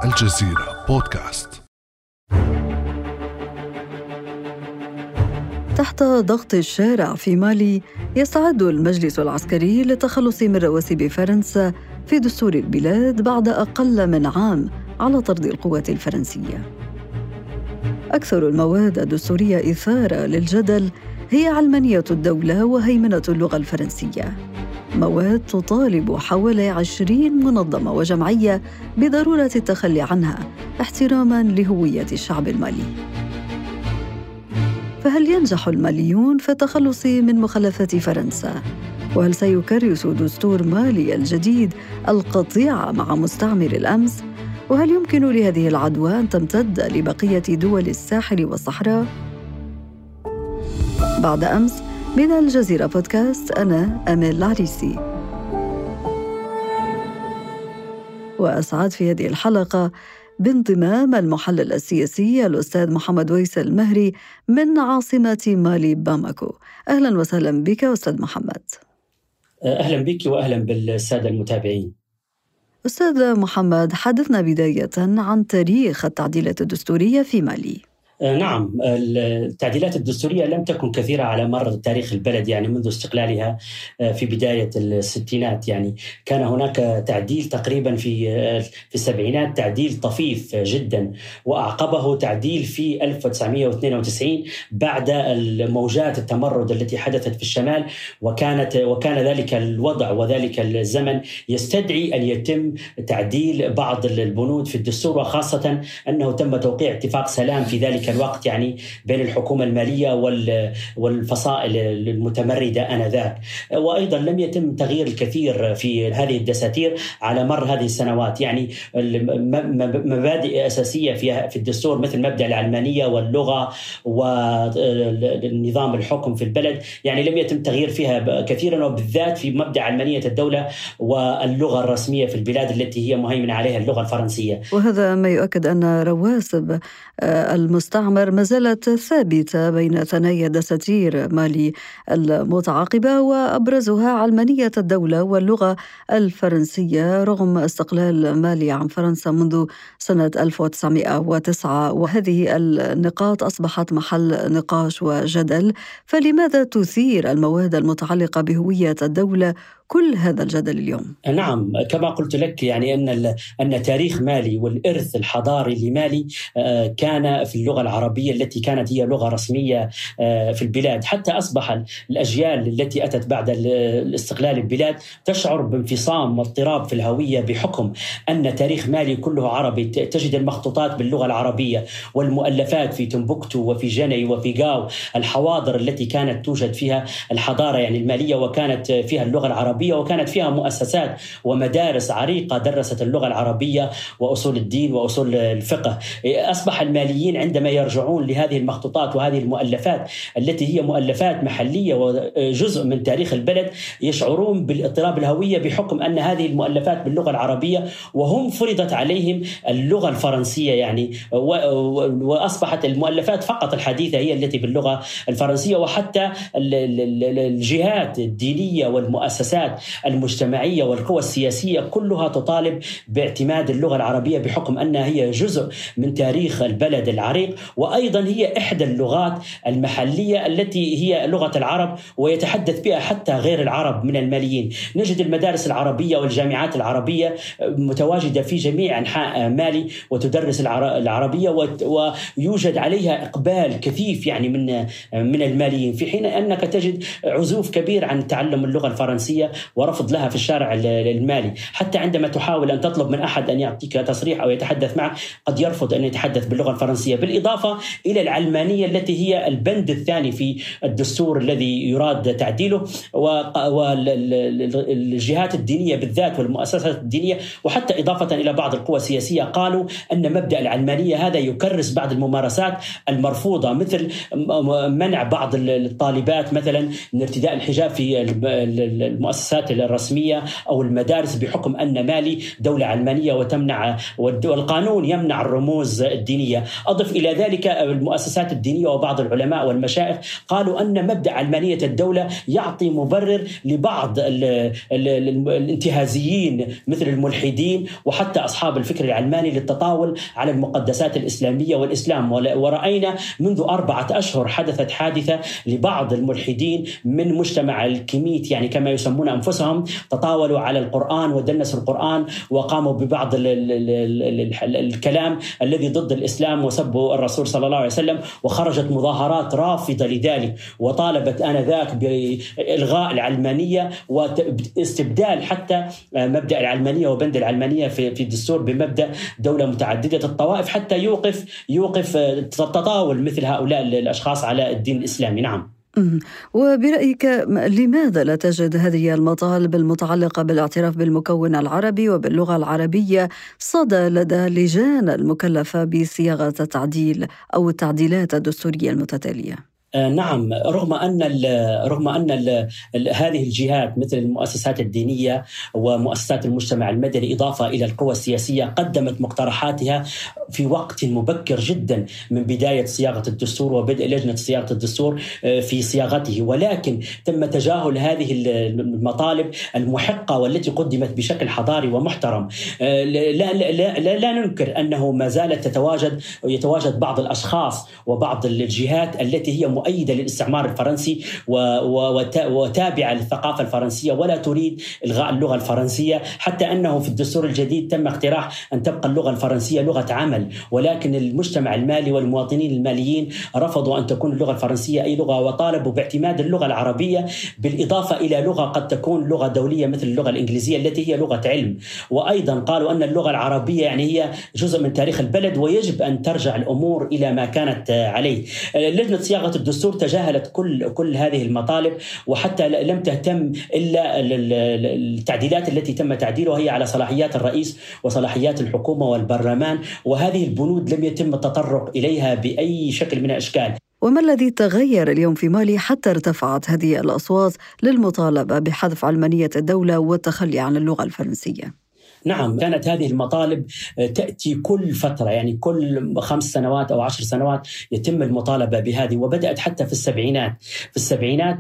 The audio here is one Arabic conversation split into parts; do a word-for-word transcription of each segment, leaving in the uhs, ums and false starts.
الجزيرة بودكاست. تحت ضغط الشارع في مالي، يستعد المجلس العسكري للتخلص من رواسب فرنسا في دستور البلاد بعد أقل من عام على طرد القوات الفرنسية. أكثر المواد الدستورية إثارة للجدل هي علمانية الدولة وهيمنة اللغة الفرنسية، مواد تطالب حوالي عشرين منظمة وجمعية بضرورة التخلي عنها احتراماً لهوية الشعب المالي. فهل ينجح الماليون في التخلص من مخلفات فرنسا؟ وهل سيكرس دستور مالي الجديد القطيعة مع مستعمر الأمس؟ وهل يمكن لهذه العدوى أن تمتد لبقية دول الساحل والصحراء؟ بعد أمس من الجزيرة بودكاست، أنا أمال العريسي، وأسعد في هذه الحلقة بانضمام المحلل السياسي الأستاذ محمد ويس المهري من عاصمة مالي باماكو. أهلا وسهلا بك أستاذ محمد. أهلا بك وأهلا بالسادة المتابعين. أستاذ محمد، حدثنا بداية عن تاريخ التعديلات الدستورية في مالي. نعم، التعديلات الدستورية لم تكن كثيرة على مر تاريخ البلد، يعني منذ استقلالها في بداية الستينات. يعني كان هناك تعديل تقريبا في في السبعينات، تعديل طفيف جدا، وأعقبه تعديل في ألف وتسعمائة واثنين وتسعين بعد الموجات التمرد التي حدثت في الشمال، وكانت وكان ذلك الوضع وذلك الزمن يستدعي أن يتم تعديل بعض البنود في الدستور، وخاصة أنه تم توقيع اتفاق سلام في ذلك الوقت يعني بين الحكومة المالية والفصائل المتمردة آنذاك. وأيضا لم يتم تغيير الكثير في هذه الدساتير على مر هذه السنوات. يعني مبادئ أساسية في الدستور مثل مبدأ العلمانية واللغة والنظام الحكم في البلد يعني لم يتم تغيير فيها كثيرا، وبالذات في مبدأ علمانية الدولة واللغة الرسمية في البلاد التي هي مهيمنة عليها اللغة الفرنسية. وهذا ما يؤكد أن رواسب المستعمر ما زالت ثابتة بين ثنايا دساتير مالي المتعاقبة، وأبرزها علمانية الدولة واللغة الفرنسية رغم استقلال مالي عن فرنسا منذ سنة ألف وتسعمائة وتسعة. وهذه النقاط أصبحت محل نقاش وجدل، فلماذا تثير المواد المتعلقة بهوية الدولة كل هذا الجدل اليوم؟ نعم، كما قلت لك يعني أن أن تاريخ مالي والإرث الحضاري لمالي كان في اللغة العربية التي كانت هي لغة رسمية في البلاد، حتى أصبح الأجيال التي أتت بعد الاستقلال البلاد تشعر بانفصام واضطراب في الهوية بحكم أن تاريخ مالي كله عربي. تجد المخطوطات باللغة العربية والمؤلفات في تمبكتو وفي جني وفي غاو، الحواضر التي كانت توجد فيها الحضارة يعني المالية، وكانت فيها اللغة العربية، وكانت فيها مؤسسات ومدارس عريقة درست اللغة العربية وأصول الدين وأصول الفقه. أصبح الماليين عندما يرجعون لهذه المخطوطات وهذه المؤلفات التي هي مؤلفات محلية وجزء من تاريخ البلد يشعرون بالاضطراب الهوية بحكم أن هذه المؤلفات باللغة العربية وهم فرضت عليهم اللغة الفرنسية يعني، وأصبحت المؤلفات فقط الحديثة هي التي باللغة الفرنسية. وحتى الجهات الدينية والمؤسسات المجتمعية والقوى السياسية كلها تطالب باعتماد اللغة العربية بحكم أنها هي جزء من تاريخ البلد العريق، وأيضا هي إحدى اللغات المحلية التي هي لغة العرب ويتحدث بها حتى غير العرب من الماليين. نجد المدارس العربية والجامعات العربية متواجدة في جميع أنحاء مالي وتدرس العربية، ويوجد عليها إقبال كثيف يعني من من الماليين، في حين أنك تجد عزوف كبير عن تعلم اللغة الفرنسية ورفض لها في الشارع المالي. حتى عندما تحاول أن تطلب من أحد أن يعطيك تصريح أو يتحدث معك قد يرفض أن يتحدث باللغة الفرنسية، بالإضافة إلى العلمانية التي هي البند الثاني في الدستور الذي يراد تعديله، والجهات الدينية بالذات والمؤسسات الدينية، وحتى إضافة إلى بعض القوى السياسية قالوا أن مبدأ العلمانية هذا يكرس بعض الممارسات المرفوضة، مثل منع بعض الطالبات مثلا من ارتداء الحجاب في المؤسسات الرسمية أو المدارس بحكم أن مالي دولة علمانية وتمنع والقانون يمنع الرموز الدينية. أضف إلى وكذلك المؤسسات الدينية وبعض العلماء والمشايخ قالوا أن مبدأ علمانية الدولة يعطي مبرر لبعض ال ال ال الانتهازيين مثل الملحدين وحتى أصحاب الفكر العلماني للتطاول على المقدسات الإسلامية والإسلام. ورأينا منذ أربعة أشهر حدثت حادثة لبعض الملحدين من مجتمع الكيميت، يعني كما يسمون أنفسهم، تطاولوا على القرآن ودنسوا القرآن وقاموا ببعض ال ال ال ال الكلام الذي ضد الإسلام وسبوا الرسول صلى الله عليه وسلم، وخرجت مظاهرات رافضة لذلك وطالبت آنذاك بإلغاء العلمانية واستبدال حتى مبدأ العلمانية وبند العلمانية في في الدستور بمبدأ دولة متعددة الطوائف حتى يوقف يوقف تطاول مثل هؤلاء الأشخاص على الدين الإسلامي. نعم. وبرأيك لماذا لا تجد هذه المطالب المتعلقة بالاعتراف بالمكون العربي وباللغة العربية صدى لدى لجان المكلفة بصياغة التعديل أو التعديلات الدستورية المتتالية؟ نعم، رغم أن ال رغم أن ال ال هذه الجهات مثل المؤسسات الدينية ومؤسسات المجتمع المدني إضافة إلى القوى السياسية قدمت مقترحاتها في وقت مبكر جدا من بداية صياغة الدستور وبدء لجنة صياغة الدستور في صياغته، ولكن تم تجاهل هذه المطالب المحقة والتي قدمت بشكل حضاري ومحترم. لا, لا, لا, لا ننكر أنه ما زالت تتواجد يتواجد بعض الأشخاص وبعض الجهات التي هي مؤيدة للاستعمار الفرنسي وتابعة للثقافة الفرنسية ولا تريد إلغاء اللغة الفرنسية، حتى أنه في الدستور الجديد تم اقتراح أن تبقى اللغة الفرنسية لغة عمل، ولكن المجتمع المالي والمواطنين الماليين رفضوا أن تكون اللغة الفرنسية أي لغة وطالبوا باعتماد اللغة العربية بالإضافة إلى لغة قد تكون لغة دولية مثل اللغة الإنجليزية التي هي لغة علم. وأيضا قالوا أن اللغة العربية يعني هي جزء من تاريخ البلد ويجب أن ترجع الأمور إلى ما كانت عليه. لجنة صياغة الدستور تجاهلت كل كل هذه المطالب وحتى لم تهتم إلا التعديلات التي تم تعديلها هي على صلاحيات الرئيس وصلاحيات الحكومة والبرلمان، وهذه البنود لم يتم التطرق إليها بأي شكل من الأشكال. وما الذي تغير اليوم في مالي حتى ارتفعت هذه الأصوات للمطالبة بحذف علمانية الدولة والتخلي عن اللغة الفرنسية؟ نعم، كانت هذه المطالب تأتي كل فترة، يعني كل خمس سنوات أو عشر سنوات يتم المطالبة بهذه، وبدأت حتى في السبعينات. في السبعينات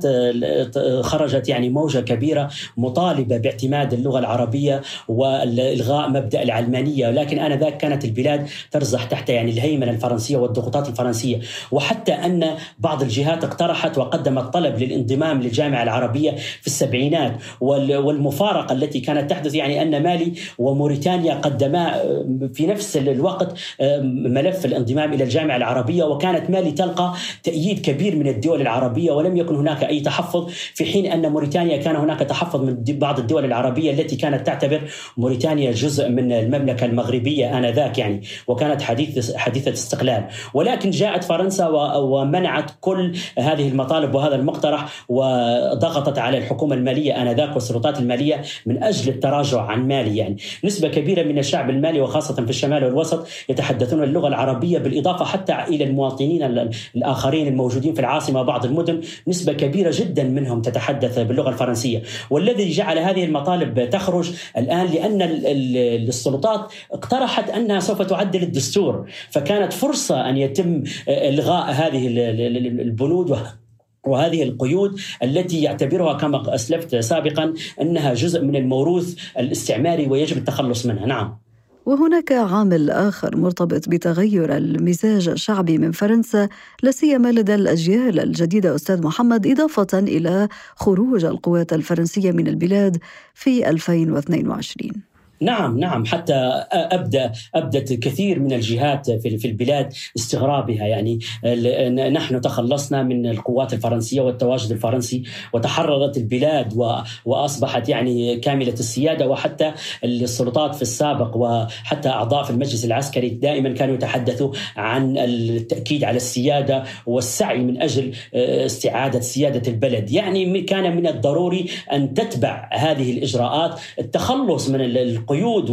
خرجت يعني موجة كبيرة مطالبة باعتماد اللغة العربية والإلغاء مبدأ العلمانية، لكن آنذاك كانت البلاد ترزح تحت يعني الهيمنة الفرنسية والضغوطات الفرنسية، وحتى أن بعض الجهات اقترحت وقدمت طلب للانضمام للجامعة العربية في السبعينات. والمفارقة التي كانت تحدث يعني أن مالي وموريتانيا قدما في نفس الوقت ملف الانضمام إلى الجامعة العربية، وكانت مالي تلقى تأييد كبير من الدول العربية ولم يكن هناك أي تحفظ، في حين أن موريتانيا كان هناك تحفظ من بعض الدول العربية التي كانت تعتبر موريتانيا جزء من المملكة المغربية آنذاك يعني، وكانت حديث حديثة استقلال. ولكن جاءت فرنسا ومنعت كل هذه المطالب وهذا المقترح وضغطت على الحكومة المالية آنذاك والسلطات المالية من أجل التراجع عن مالي. يعني نسبة كبيرة من الشعب المالي وخاصة في الشمال والوسط يتحدثون اللغة العربية، بالإضافة حتى إلى المواطنين الآخرين الموجودين في العاصمة وبعض المدن نسبة كبيرة جدا منهم تتحدث باللغة الفرنسية. والذي جعل هذه المطالب تخرج الآن لأن السلطات اقترحت أنها سوف تعدل الدستور، فكانت فرصة أن يتم إلغاء هذه البنود وهذه القيود التي يعتبرها كما أسلفت سابقا أنها جزء من الموروث الاستعماري ويجب التخلص منها. نعم. وهناك عامل آخر مرتبط بتغير المزاج الشعبي من فرنسا لا سيما لدى الأجيال الجديدة أستاذ محمد، إضافة إلى خروج القوات الفرنسية من البلاد في ألفين واثنين وعشرين. نعم نعم حتى أبدأ أبدت كثير من الجهات في في البلاد استغرابها، يعني نحن تخلصنا من القوات الفرنسية والتواجد الفرنسي وتحررت البلاد وأصبحت يعني كاملة السيادة، وحتى السلطات في السابق وحتى أعضاء في المجلس العسكري دائما كانوا يتحدثوا عن التأكيد على السيادة والسعي من أجل استعادة سيادة البلد. يعني كان من الضروري أن تتبع هذه الإجراءات التخلص من القيود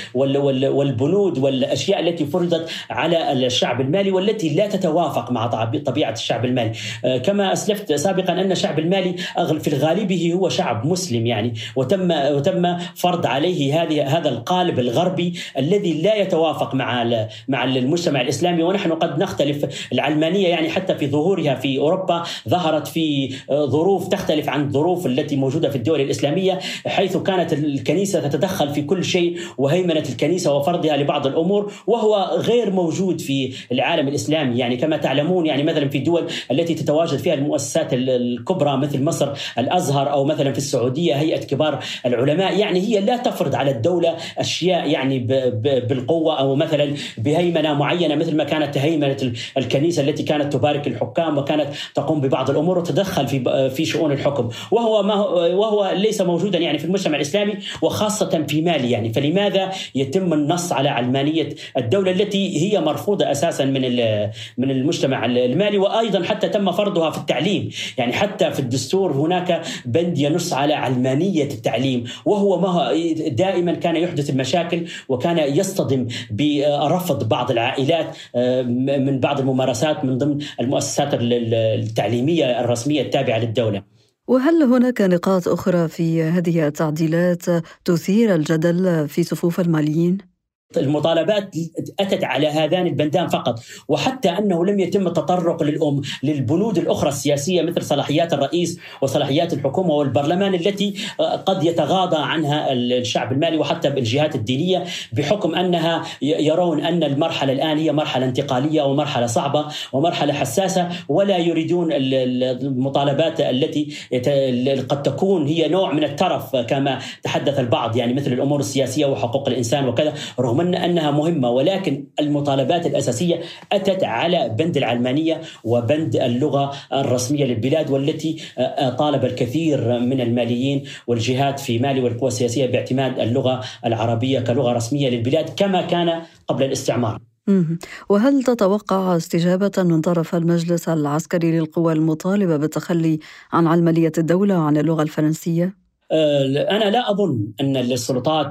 والبنود والأشياء التي فرضت على الشعب المالي والتي لا تتوافق مع طبيعة الشعب المالي. كما أسلفت سابقا أن الشعب المالي في الغالبه هو شعب مسلم يعني، وتم وتم فرض عليه هذه هذا القالب الغربي الذي لا يتوافق مع مع المجتمع الإسلامي. ونحن قد نختلف. العلمانية يعني حتى في ظهورها في أوروبا ظهرت في ظروف تختلف عن الظروف التي موجودة في الدول الإسلامية، حيث كانت الكنيسة تتدخل في كل شيء وهيمنة الكنيسة وفرضها لبعض الأمور، وهو غير موجود في العالم الإسلامي. يعني كما تعلمون يعني مثلا في الدول التي تتواجد فيها المؤسسات الكبرى مثل مصر الأزهر، أو مثلا في السعودية هيئة كبار العلماء، يعني هي لا تفرض على الدولة أشياء يعني بالقوة أو مثلا بهيمنة معينة مثل ما كانت هيمنة الكنيسة التي كانت تبارك الحكام وكانت تقوم ببعض الأمور وتدخل في في شؤون الحكم، وهو ما وهو ليس موجودا يعني في المجتمع الإسلامي وخاصة في مالي. يعني فلماذا يتم النص على علمانية الدولة التي هي مرفوضة أساسا من من المجتمع المالي؟ وأيضا حتى تم فرضها في التعليم، يعني حتى في الدستور هناك بند ينص على علمانية التعليم، وهو ما دائما كان يحدث المشاكل وكان يصطدم برفض بعض العائلات من بعض الممارسات من ضمن المؤسسات التعليمية الرسمية التابعة للدولة. وهل هناك نقاط أخرى في هذه التعديلات تثير الجدل في صفوف الماليين؟ المطالبات أتت على هذان البندان فقط، وحتى أنه لم يتم التطرق للأم للبنود الأخرى السياسية مثل صلاحيات الرئيس وصلاحيات الحكومة والبرلمان التي قد يتغاضى عنها الشعب المالي وحتى الجهات الدينية، بحكم أنها يرون أن المرحلة الآن هي مرحلة انتقالية ومرحلة صعبة ومرحلة حساسة، ولا يريدون المطالبات التي قد تكون هي نوع من الترف كما تحدث البعض، يعني مثل الأمور السياسية وحقوق الإنسان وكذا، رغم أنها مهمة. ولكن المطالبات الأساسية أتت على بند العلمانية وبند اللغة الرسمية للبلاد، والتي طالب الكثير من الماليين والجهات في مالي والقوى السياسية باعتماد اللغة العربية كلغة رسمية للبلاد كما كان قبل الاستعمار. وهل تتوقع استجابة من طرف المجلس العسكري للقوى المطالبة بالتخلي عن علمانية الدولة وعن اللغة الفرنسية؟ أنا لا أظن أن السلطات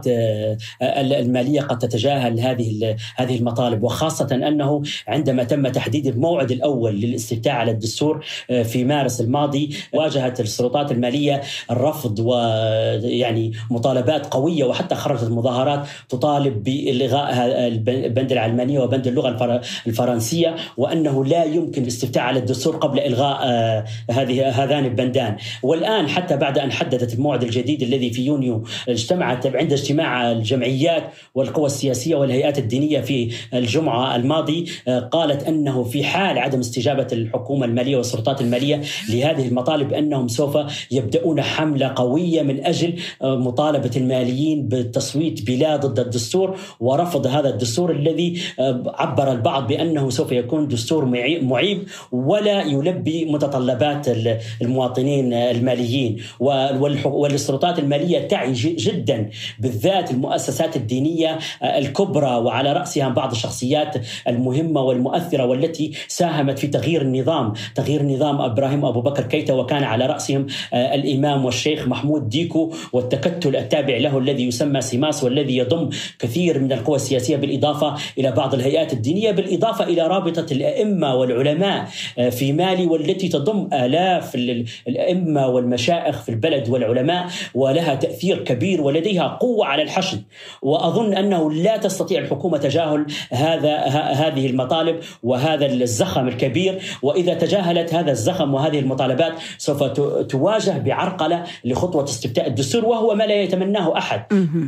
المالية قد تتجاهل هذه هذه المطالب، وخاصة أنه عندما تم تحديد الموعد الأول للاستفتاء على الدستور في مارس الماضي واجهت السلطات المالية الرفض ويعني مطالبات قوية، وحتى خرجت مظاهرات تطالب بإلغاء بند العلمانية وبند اللغة الفرنسية، وأنه لا يمكن الاستفتاء على الدستور قبل إلغاء هذه هذان البندان. والآن حتى بعد أن حددت الموعد الجديد الذي في يونيو اجتمعت عند اجتماع الجمعيات والقوى السياسية والهيئات الدينية في الجمعة الماضي، قالت أنه في حال عدم استجابة الحكومة المالية والسلطات المالية لهذه المطالب أنهم سوف يبدأون حملة قوية من أجل مطالبة الماليين بالتصويت بلا ضد الدستور ورفض هذا الدستور الذي عبر البعض بأنه سوف يكون دستور معيب ولا يلبي متطلبات المواطنين الماليين. والسلطات المالية تعي جدا بالذات المؤسسات الدينية الكبرى، وعلى رأسها بعض الشخصيات المهمة والمؤثرة والتي ساهمت في تغيير النظام تغيير نظام إبراهيم أبو بكر كيتا، وكان على رأسهم الإمام والشيخ محمود ديكو والتكتل التابع له الذي يسمى سيماس، والذي يضم كثير من القوى السياسية بالإضافة إلى بعض الهيئات الدينية، بالإضافة إلى رابطة الأئمة والعلماء في مالي والتي تضم آلاف الأئمة والمشائخ في البلد والعلماء، ولها تأثير كبير ولديها قوة على الحشد. وأظن أنه لا تستطيع الحكومة تجاهل هذا هذه المطالب وهذا الزخم الكبير، وإذا تجاهلت هذا الزخم وهذه المطالبات سوف تواجه بعرقلة لخطوة استفتاء الدستور، وهو ما لا يتمناه أحد.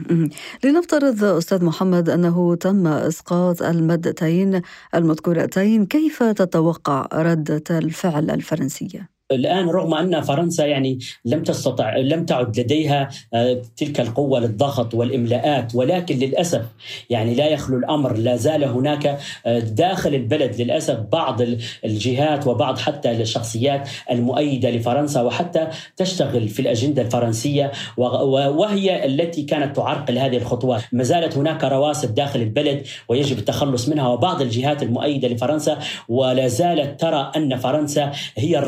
لنفترض أستاذ محمد أنه تم إسقاط المادتين المذكورتين، كيف تتوقع ردة الفعل الفرنسية؟ الآن رغم أن فرنسا يعني لم تستطع لم تعد لديها تلك القوة للضغط والإملاءات، ولكن للأسف يعني لا يخلو الأمر، لا زال هناك داخل البلد للأسف بعض الجهات وبعض حتى الشخصيات المؤيدة لفرنسا وحتى تشتغل في الأجندة الفرنسية، وهي التي كانت تعرقل هذه الخطوات. ما زالت هناك رواسب داخل البلد ويجب التخلص منها، وبعض الجهات المؤيدة لفرنسا ولا زالت ترى أن فرنسا هي الراعي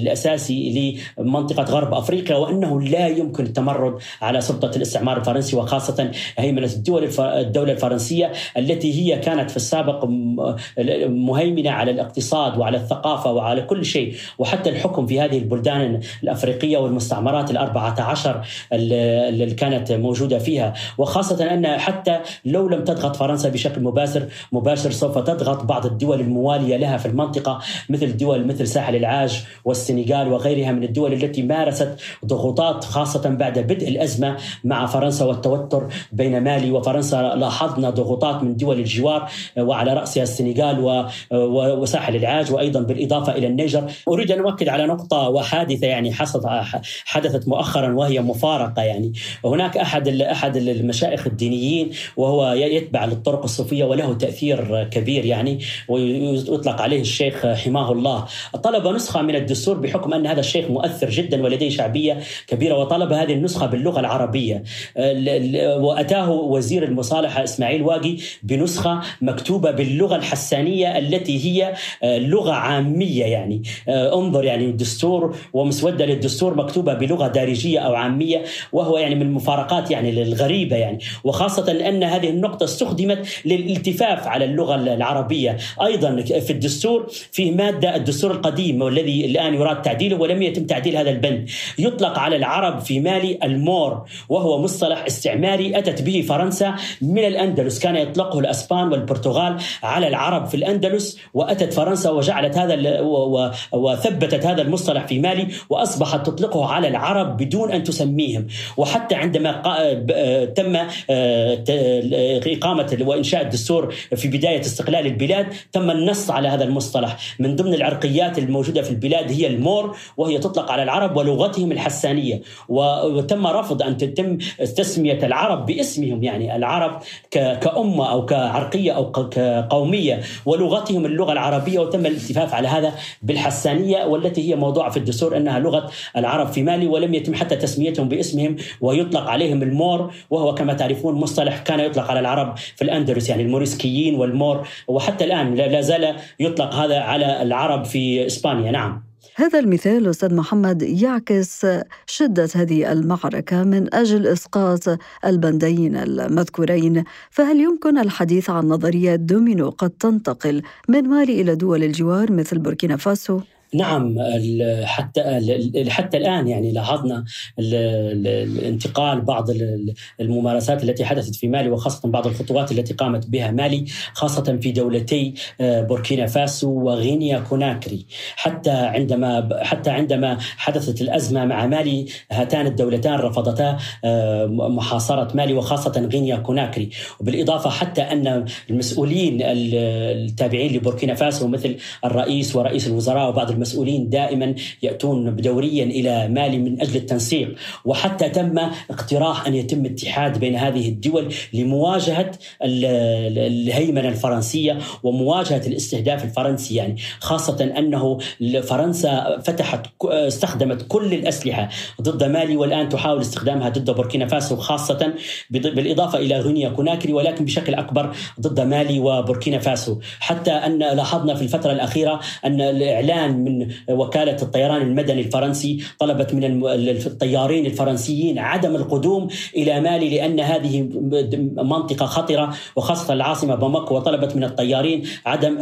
الأساسي لمنطقة غرب أفريقيا، وأنه لا يمكن التمرد على سلطة الاستعمار الفرنسي، وخاصة هيمنة الدول الدولة الفرنسية التي هي كانت في السابق مهيمنة على الاقتصاد وعلى الثقافة وعلى كل شيء، وحتى الحكم في هذه البلدان الأفريقية والمستعمرات الأربعة عشر اللي كانت موجودة فيها. وخاصة أن حتى لو لم تضغط فرنسا بشكل مباشر مباشر سوف تضغط بعض الدول الموالية لها في المنطقة، مثل دول مثل ساحل العاج والسنغال وغيرها من الدول التي مارست ضغوطات، خاصة بعد بدء الأزمة مع فرنسا والتوتر بين مالي وفرنسا. لاحظنا ضغوطات من دول الجوار وعلى رأسها السنغال وساحل العاج، وأيضا بالإضافة إلى النيجر. أريد أن أؤكد على نقطة وحادثة يعني حدثت مؤخرا، وهي مفارقة. يعني هناك أحد أحد المشايخ الدينيين وهو يتبع للطرق الصوفية وله تأثير كبير يعني، ويطلق عليه الشيخ حماه الله، طلب نسخة من الدستور بحكم أن هذا الشيخ مؤثر جدا ولديه شعبية كبيرة، وطلب هذه النسخة باللغة العربية. وأتاه وزير المصالحة إسماعيل واقي بنسخة مكتوبة باللغة الحسانية التي هي لغة عامية. يعني انظر، يعني الدستور ومسودة للدستور مكتوبة بلغة دارجية أو عامية، وهو يعني من المفارقات يعني الغريبة يعني، وخاصة أن هذه النقطة استخدمت للالتفاف على اللغة العربية. أيضا في الدستور فيه مادة الدستور القديم والذي الآن يراد تعديله ولم يتم تعديل هذا البند، يطلق على العرب في مالي المور، وهو مصطلح استعماري أتت به فرنسا من الأندلس، كان يطلقه الأسبان والبرتغال على العرب في الأندلس، وأتت فرنسا وجعلت هذا وثبتت هذا المصطلح في مالي، وأصبحت تطلقه على العرب بدون أن تسميهم. وحتى عندما تم إقامة وإنشاء الدستور في بداية استقلال البلاد تم النص على هذا المصطلح. من ضمن العرقيات الموجودة في البلاد هي المور، وهي تطلق على العرب ولغتهم الحسانية، وتم رفض أن تتم تسمية العرب باسمهم، يعني العرب كأمة أو كعرقية أو كقومية، ولغتهم اللغة العربية، وتم الالتفاف على هذا بالحسانية، والتي هي موضوع في الدستور أنها لغة العرب في مالي، ولم يتم حتى تسميتهم باسمهم، ويطلق عليهم المور، وهو كما تعرفون مصطلح كان يطلق على العرب في الأندلس، يعني الموريسكيين والمور، وحتى الآن لا زال يطلق هذا على العرب في إسبانيا. نعم، هذا المثال أستاذ محمد يعكس شدة هذه المعركة من أجل إسقاط البندين المذكورين، فهل يمكن الحديث عن نظرية دومينو قد تنتقل من مالي إلى دول الجوار مثل بوركينا فاسو؟ نعم، حتى حتى الآن يعني لاحظنا الانتقال بعض الممارسات التي حدثت في مالي، وخاصة بعض الخطوات التي قامت بها مالي، خاصة في دولتي بوركينا فاسو وغينيا كوناكري. حتى عندما حتى عندما حدثت الأزمة مع مالي، هاتان الدولتان رفضتا محاصرة مالي، وخاصة غينيا كوناكري. وبالإضافة حتى أن المسؤولين التابعين لبوركينا فاسو مثل الرئيس ورئيس الوزراء وبعض المسؤولين دائما يأتون بدوريا إلى مالي من أجل التنسيق، وحتى تم اقتراح أن يتم اتحاد بين هذه الدول لمواجهة الهيمنة الفرنسية ومواجهة الاستهداف الفرنسي، يعني خاصة أنه فرنسا فتحت استخدمت كل الأسلحة ضد مالي، والآن تحاول استخدامها ضد بوركينا فاسو خاصة، بالإضافة إلى غينيا كوناكري، ولكن بشكل أكبر ضد مالي وبوركينا فاسو. حتى أن لاحظنا في الفترة الأخيرة أن الإعلان من وكالة الطيران المدني الفرنسي طلبت من الطيارين الفرنسيين عدم القدوم إلى مالي لأن هذه منطقة خطرة، وخاصة العاصمة باماكو، وطلبت من الطيارين عدم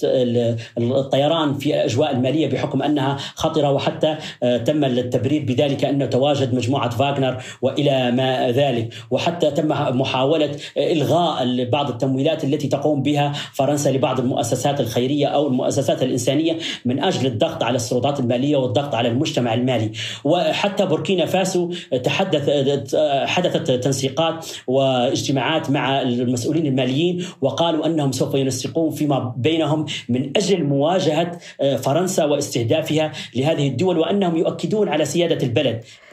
الطيران في الأجواء المالية بحكم أنها خطرة، وحتى تم التبرير بذلك أنه تواجد مجموعة فاغنر وإلى ما ذلك. وحتى تم محاولة إلغاء بعض التمويلات التي تقوم بها فرنسا لبعض المؤسسات الخيرية أو المؤسسات الإنسانية من أجل الضغط على السلطات المالية والضغط على المجتمع المالي. وحتى بوركينا فاسو تحدث حدثت تنسيقات واجتماعات مع المسؤولين الماليين، وقالوا أنهم سوف ينسقون فيما بينهم من أجل مواجهة فرنسا واستهدافها لهذه الدول، وأنهم يؤكدون على سيادة البلد.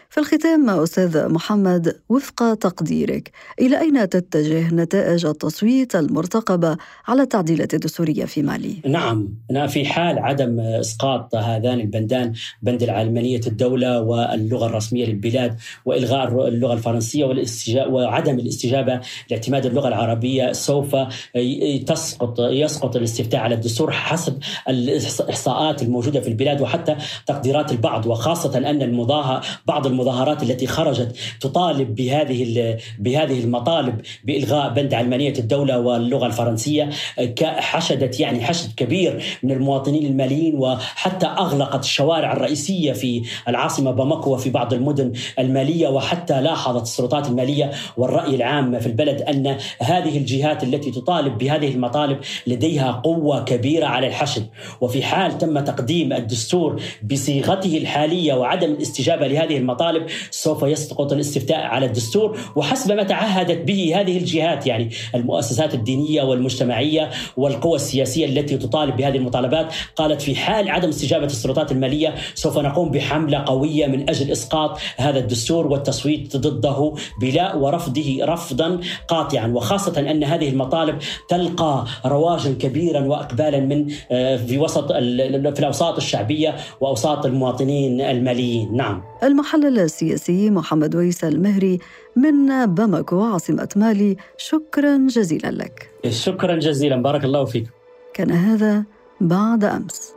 في الختام أستاذ محمد، وفق تقديرك إلى أين تتجه نتائج التصويت المرتقبة على التعديلات الدستورية في مالي؟ نعم، في حال عدم إسقاط هذان البندان، بند العلمانية الدولة واللغة الرسمية للبلاد وإلغاء اللغة الفرنسية وعدم الاستجابة لاعتماد اللغة العربية، سوف تسقط يسقط الاستفتاء على الدستور حسب الإحصاءات الموجودة في البلاد وحتى تقديرات البعض، وخاصة أن المظاهر بعض المظاهرات التي خرجت تطالب بهذه بهذه المطالب بإلغاء بند علمانية الدولة واللغة الفرنسية حشدت يعني حشد كبير من المواطنين الماليين، وحتى أغلقت الشوارع الرئيسية في العاصمة باماكو وفي بعض المدن المالية، وحتى لاحظت السلطات المالية والرأي العام في البلد أن هذه الجهات التي تطالب بهذه المطالب لديها قوة كبيرة على الحشد. وفي حال تم تقديم الدستور بصيغته الحالية وعدم الاستجابة لهذه المطالب سوف يسقط الاستفتاء على الدستور، وحسب ما تعهدت به هذه الجهات يعني المؤسسات الدينية والمجتمعية والقوى السياسية التي تطالب بهذه المطالبات، قالت في حال عدم استجابة السلطات المالية سوف نقوم بحملة قوية من أجل إسقاط هذا الدستور والتصويت ضده بلا ورفضه رفضا قاطعا، وخاصة أن هذه المطالب تلقى رواجا كبيرا وأقبالا من في وسط في الأوساط الشعبية وأوساط المواطنين الماليين. نعم. المحلل السياسي محمد ويس المهري من باماكو عاصمة مالي، شكرا جزيلا لك. شكرا جزيلا، بارك الله فيك. كان هذا بعد أمس.